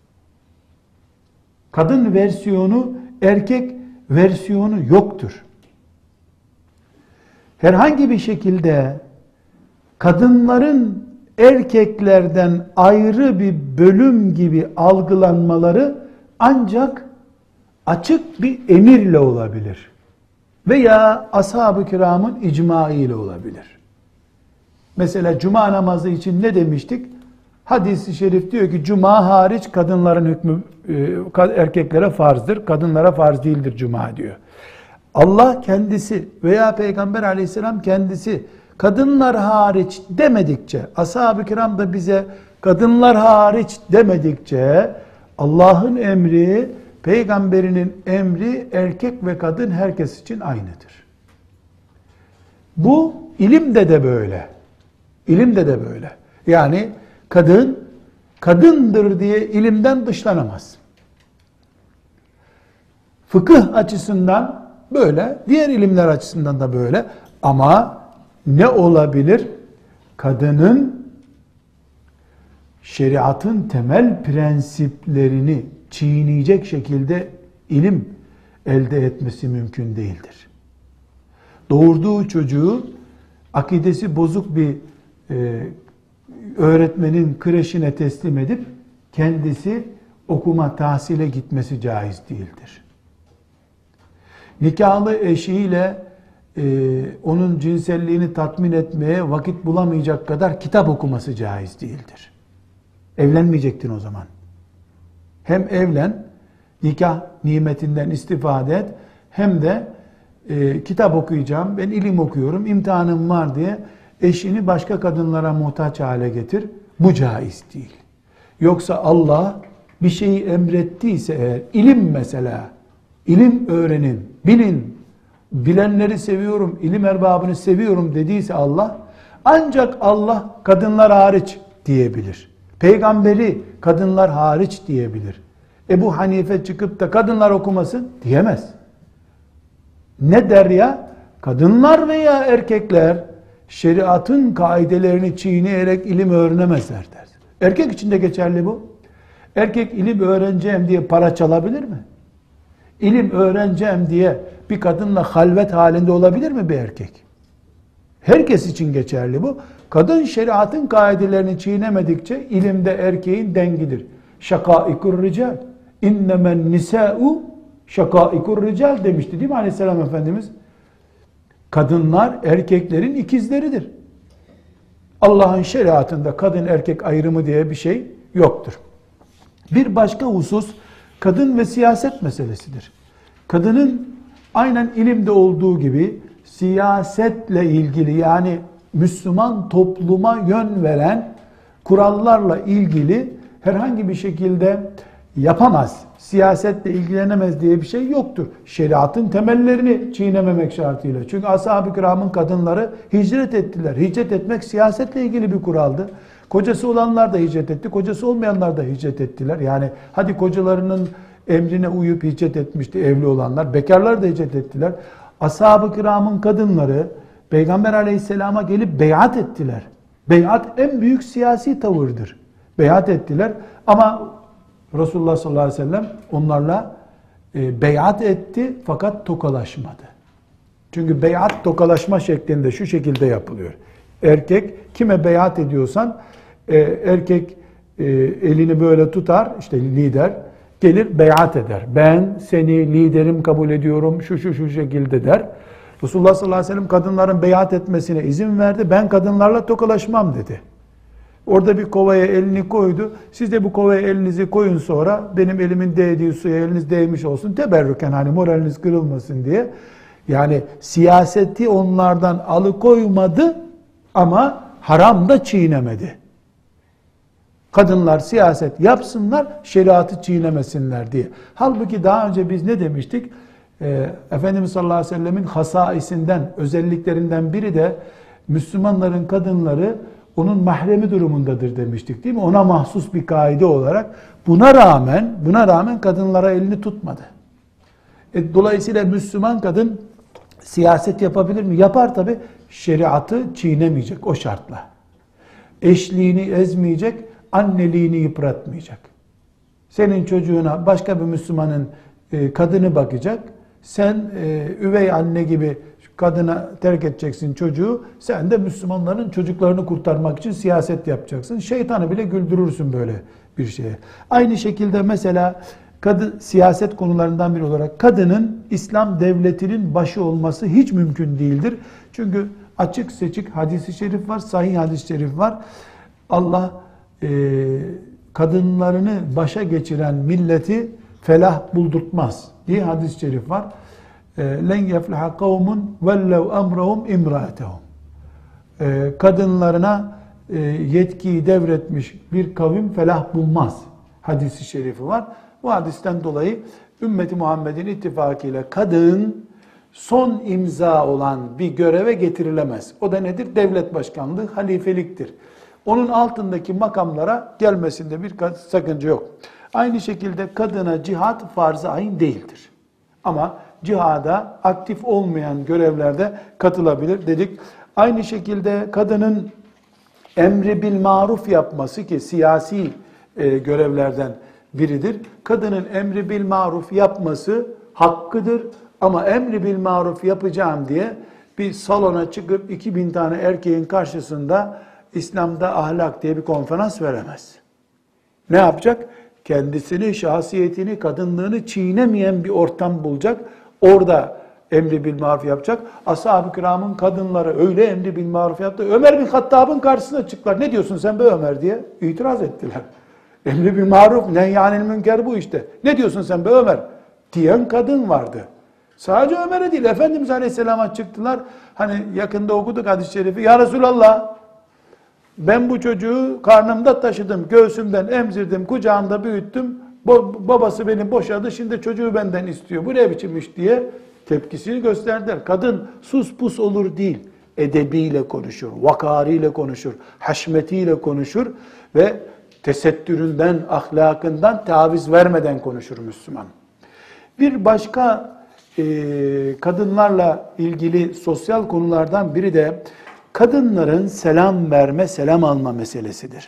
Kadın versiyonu, erkek versiyonu yoktur. Herhangi bir şekilde kadınların erkeklerden ayrı bir bölüm gibi algılanmaları ancak açık bir emirle olabilir. Veya ashab-ı kiramın icma ile olabilir. Mesela cuma namazı için ne demiştik? Hadis-i şerif diyor ki cuma hariç kadınların hükmü erkeklere farzdır, kadınlara farz değildir cuma diyor. Allah kendisi veya Peygamber aleyhisselam kendisi kadınlar hariç demedikçe, ashab-ı kiram da bize kadınlar hariç demedikçe Allah'ın emri, Peygamberinin emri erkek ve kadın herkes için aynıdır. Bu ilimde de böyle. İlimde de böyle. Yani kadın kadındır diye ilimden dışlanamaz. Fıkıh açısından böyle, diğer ilimler açısından da böyle. Ama ne olabilir? Kadının şeriatın temel prensiplerini çiğneyecek şekilde ilim elde etmesi mümkün değildir. Doğurduğu çocuğu akidesi bozuk bir e, öğretmenin kreşine teslim edip kendisi okuma, tahsile gitmesi caiz değildir. Nikahlı eşiyle e, onun cinselliğini tatmin etmeye vakit bulamayacak kadar kitap okuması caiz değildir. Evlenmeyecektin o zaman. Hem evlen, nikah nimetinden istifade et, hem de e, kitap okuyacağım, ben ilim okuyorum, imtihanım var diye eşini başka kadınlara muhtaç hale getir. Bu caiz değil. Yoksa Allah bir şeyi emrettiyse eğer, ilim mesela, ilim öğrenin, bilin, bilenleri seviyorum, ilim erbabını seviyorum dediyse Allah, ancak Allah kadınlar hariç diyebilir. Peygamberi kadınlar hariç diyebilir. Ebu Hanife çıkıp da kadınlar okumasın diyemez. Ne der ya? Kadınlar veya erkekler şeriatın kaidelerini çiğneyerek ilim öğrenemezler der. Erkek için de geçerli bu. Erkek ilim öğreneceğim diye para çalabilir mi? İlim öğreneceğim diye bir kadınla halvet halinde olabilir mi bir erkek? Herkes için geçerli bu. Kadın şeriatın kaidelerini çiğnemedikçe ilimde erkeğin dengidir. Şakaikur rical. İnnemen nisa'u şakaikur rical demişti değil mi Aleyhisselam Efendimiz? Kadınlar erkeklerin ikizleridir. Allah'ın şeriatında kadın erkek ayrımı diye bir şey yoktur. Bir başka husus kadın ve siyaset meselesidir. Kadının aynen ilimde olduğu gibi siyasetle ilgili, yani Müslüman topluma yön veren kurallarla ilgili herhangi bir şekilde yapamaz, siyasetle ilgilenemez diye bir şey yoktur. Şeriatın temellerini çiğnememek şartıyla. Çünkü ashab-ı kiramın kadınları hicret ettiler. Hicret etmek siyasetle ilgili bir kuraldı. Kocası olanlar da hicret etti, kocası olmayanlar da hicret ettiler. Yani hadi kocalarının emrine uyup hicret etmişti evli olanlar, bekarlar da hicret ettiler. Ashab-ı kiramın kadınları Peygamber aleyhisselama gelip beyat ettiler. Beyat en büyük siyasi tavırdır. Beyat ettiler ama Resulullah sallallahu aleyhi ve sellem onlarla e, beyat etti fakat tokalaşmadı. Çünkü beyat tokalaşma şeklinde şu şekilde yapılıyor. Erkek kime beyat ediyorsan e, erkek e, elini böyle tutar, işte lider gelir beyat eder. Ben seni liderim kabul ediyorum şu şu şu şekilde der. Resulullah sallallahu aleyhi ve sellem kadınların beyat etmesine izin verdi. Ben kadınlarla tokalaşmam dedi. Orada bir kovaya elini koydu. Siz de bu kovaya elinizi koyun, sonra benim elimin değdiği suya eliniz değmiş olsun. Teberrüken, hani moraliniz kırılmasın diye. Yani siyaseti onlardan alıkoymadı ama haram da çiğnemedi. Kadınlar siyaset yapsınlar, şeriatı çiğnemesinler diye. Halbuki daha önce biz ne demiştik? Ee, Efendimiz sallallahu aleyhi ve sellemin hasaisinden, özelliklerinden biri de Müslümanların kadınları onun mahremi durumundadır demiştik, değil mi? Ona mahsus bir kaide olarak. Buna rağmen, buna rağmen kadınlara elini tutmadı. E, dolayısıyla Müslüman kadın siyaset yapabilir mi? Yapar tabi. Şeriatı çiğnemeyecek o şartla. Eşliğini ezmeyecek, anneliğini yıpratmayacak. Senin çocuğuna başka bir Müslümanın e, kadını bakacak. Sen e, üvey anne gibi kadına terk edeceksin çocuğu. Sen de Müslümanların çocuklarını kurtarmak için siyaset yapacaksın. Şeytanı bile güldürürsün böyle bir şeye. Aynı şekilde mesela kadın siyaset konularından biri olarak kadının İslam devletinin başı olması hiç mümkün değildir. Çünkü açık seçik hadis-i şerif var, sahih hadis-i şerif var. Allah e, kadınlarını başa geçiren milleti felah buldurtmaz diye hadis-i şerif var. len yeflaha kavmun vellev emrahum imraatehum. Kadınlarına yetkiyi devretmiş bir kavim felah bulmaz hadisi şerifi var. Bu hadisten dolayı ümmeti Muhammed'in ittifakıyla kadın son imza olan bir göreve getirilemez. O da nedir? Devlet başkanlığı, halifeliktir. Onun altındaki makamlara gelmesinde bir sakınca yok. Aynı şekilde kadına cihat farz-ı ayn değildir. Ama cihada aktif olmayan görevlerde katılabilir dedik. Aynı şekilde kadının emri bil maruf yapması, ki siyasi e, görevlerden biridir. Kadının emri bil maruf yapması hakkıdır. Ama emri bil maruf yapacağım diye bir salona çıkıp iki bin tane erkeğin karşısında İslam'da ahlak diye bir konferans veremez. Ne yapacak? Kendisini, şahsiyetini, kadınlığını çiğnemeyen bir ortam bulacak. Orada emri bil maruf yapacak. Ashab-ı kiramın kadınları öyle emri bil maruf yaptı. Ömer bin Hattab'ın karşısına çıktılar. Ne diyorsun sen be Ömer diye itiraz ettiler. Emri bil maruf, nehyanil münker bu işte. Ne diyorsun sen be Ömer diyen kadın vardı. Sadece Ömer'e değil, Efendimiz Aleyhisselam'a çıktılar. Hani yakında okuduk hadis-i şerifi. Ya Resulallah, ben bu çocuğu karnımda taşıdım, göğsümden emzirdim, kucağımda büyüttüm. Babası beni boşadı, şimdi çocuğu benden istiyor. Bu ne biçim iş diye tepkisini gösterdiler. Kadın sus pus olur değil, edebiyle konuşur, vakariyle konuşur, haşmetiyle konuşur ve tesettüründen, ahlakından taviz vermeden konuşur Müslüman. Bir başka e, kadınlarla ilgili sosyal konulardan biri de kadınların selam verme, selam alma meselesidir.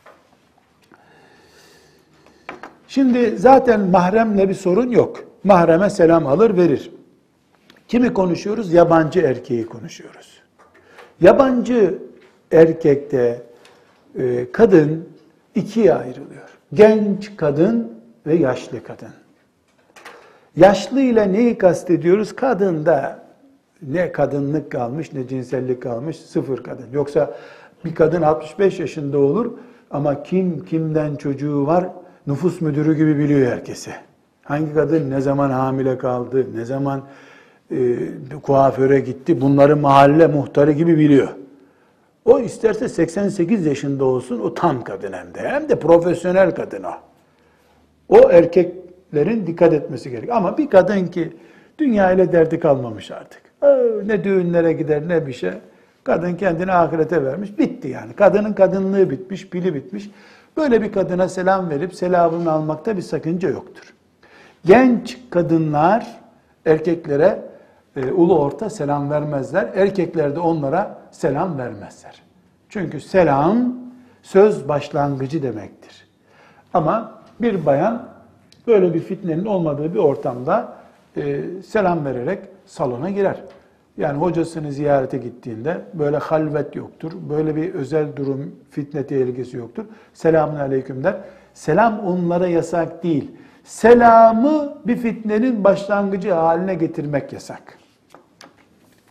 Şimdi zaten mahremle bir sorun yok. Mahreme selam alır verir. Kimi konuşuyoruz? Yabancı erkeği konuşuyoruz. Yabancı erkekte e, kadın ikiye ayrılıyor. Genç kadın ve yaşlı kadın. Yaşlı ile neyi kastediyoruz? Kadında ne kadınlık kalmış, ne cinsellik kalmış, sıfır kadın. Yoksa bir kadın altmış beş yaşında olur ama kim kimden çocuğu var, nüfus müdürü gibi biliyor herkese. Hangi kadın ne zaman hamile kaldı, ne zaman e, kuaföre gitti, bunları mahalle muhtarı gibi biliyor. O isterse seksen sekiz yaşında olsun, o tam kadın hem de. Hem de profesyonel kadın o. O erkeklerin dikkat etmesi gerekiyor. Ama bir kadın ki dünya ile derdi kalmamış artık. Ne düğünlere gider ne bir şey. Kadın kendini ahirete vermiş. Bitti yani. Kadının kadınlığı bitmiş, pili bitmiş. Böyle bir kadına selam verip selamını almakta bir sakınca yoktur. Genç kadınlar erkeklere e, ulu orta selam vermezler. Erkekler de onlara selam vermezler. Çünkü selam söz başlangıcı demektir. Ama bir bayan böyle bir fitnenin olmadığı bir ortamda e, selam vererek salona girer. Yani hocasını ziyarete gittiğinde böyle halvet yoktur. Böyle bir özel durum, fitne tehlikesi yoktur. Selamun aleyküm der. Selam onlara yasak değil. Selamı bir fitnenin başlangıcı haline getirmek yasak.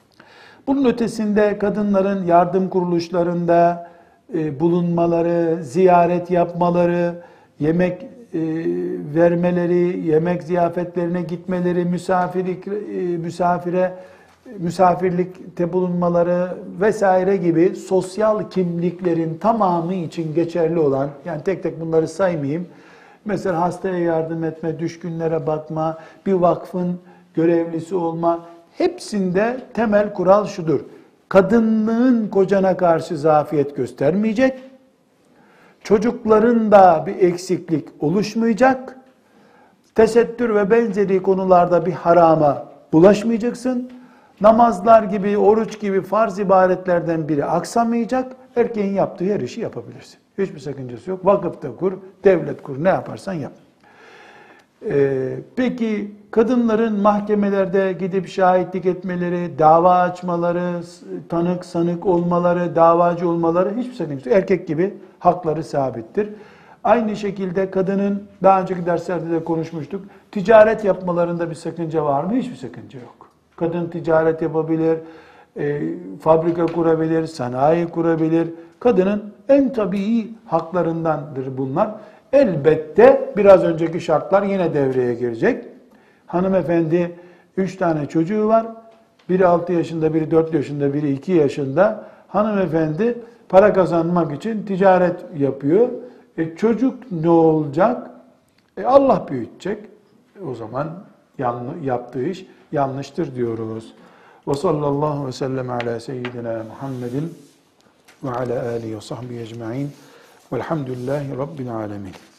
Bunun ötesinde kadınların yardım kuruluşlarında e, bulunmaları, ziyaret yapmaları, yemek e, vermeleri, yemek ziyafetlerine gitmeleri, misafirlik, e, misafire misafirlikte bulunmaları vesaire gibi sosyal kimliklerin tamamı için geçerli olan, yani tek tek bunları saymayayım. Mesela hastaya yardım etme, düşkünlere bakma, bir vakfın görevlisi olma, hepsinde temel kural şudur: kadınlığın kocana karşı zafiyet göstermeyecek, çocukların da bir eksiklik oluşmayacak, tesettür ve benzeri konularda bir harama bulaşmayacaksın, namazlar gibi, oruç gibi farz ibadetlerden biri aksamayacak, erkeğin yaptığı her işi yapabilirsin. Hiçbir sakıncası yok. Vakıfta kur, devlet kur, ne yaparsan yap. Ee, peki kadınların mahkemelerde gidip şahitlik etmeleri, dava açmaları, tanık sanık olmaları, davacı olmaları hiçbir sakıncası yok. Erkek gibi hakları sabittir. Aynı şekilde kadının, daha önceki derslerde de konuşmuştuk, ticaret yapmalarında bir sakınca var mı? Hiçbir sakınca yok. Kadın ticaret yapabilir, e, fabrika kurabilir, sanayi kurabilir. Kadının en tabii haklarındandır bunlar. Elbette biraz önceki şartlar yine devreye girecek. Hanımefendi üç tane çocuğu var. Biri altı yaşında, biri dört yaşında, biri iki yaşında. Hanımefendi para kazanmak için ticaret yapıyor. E çocuk ne olacak? E Allah büyütecek. O zaman yanlış, yaptığı iş yanlıştır diyoruz. Ve sallallahu ve sellem ala seyyidina Muhammedin ve ala alihi ve sahbihi ecma'in velhamdülillahi rabbil alemin.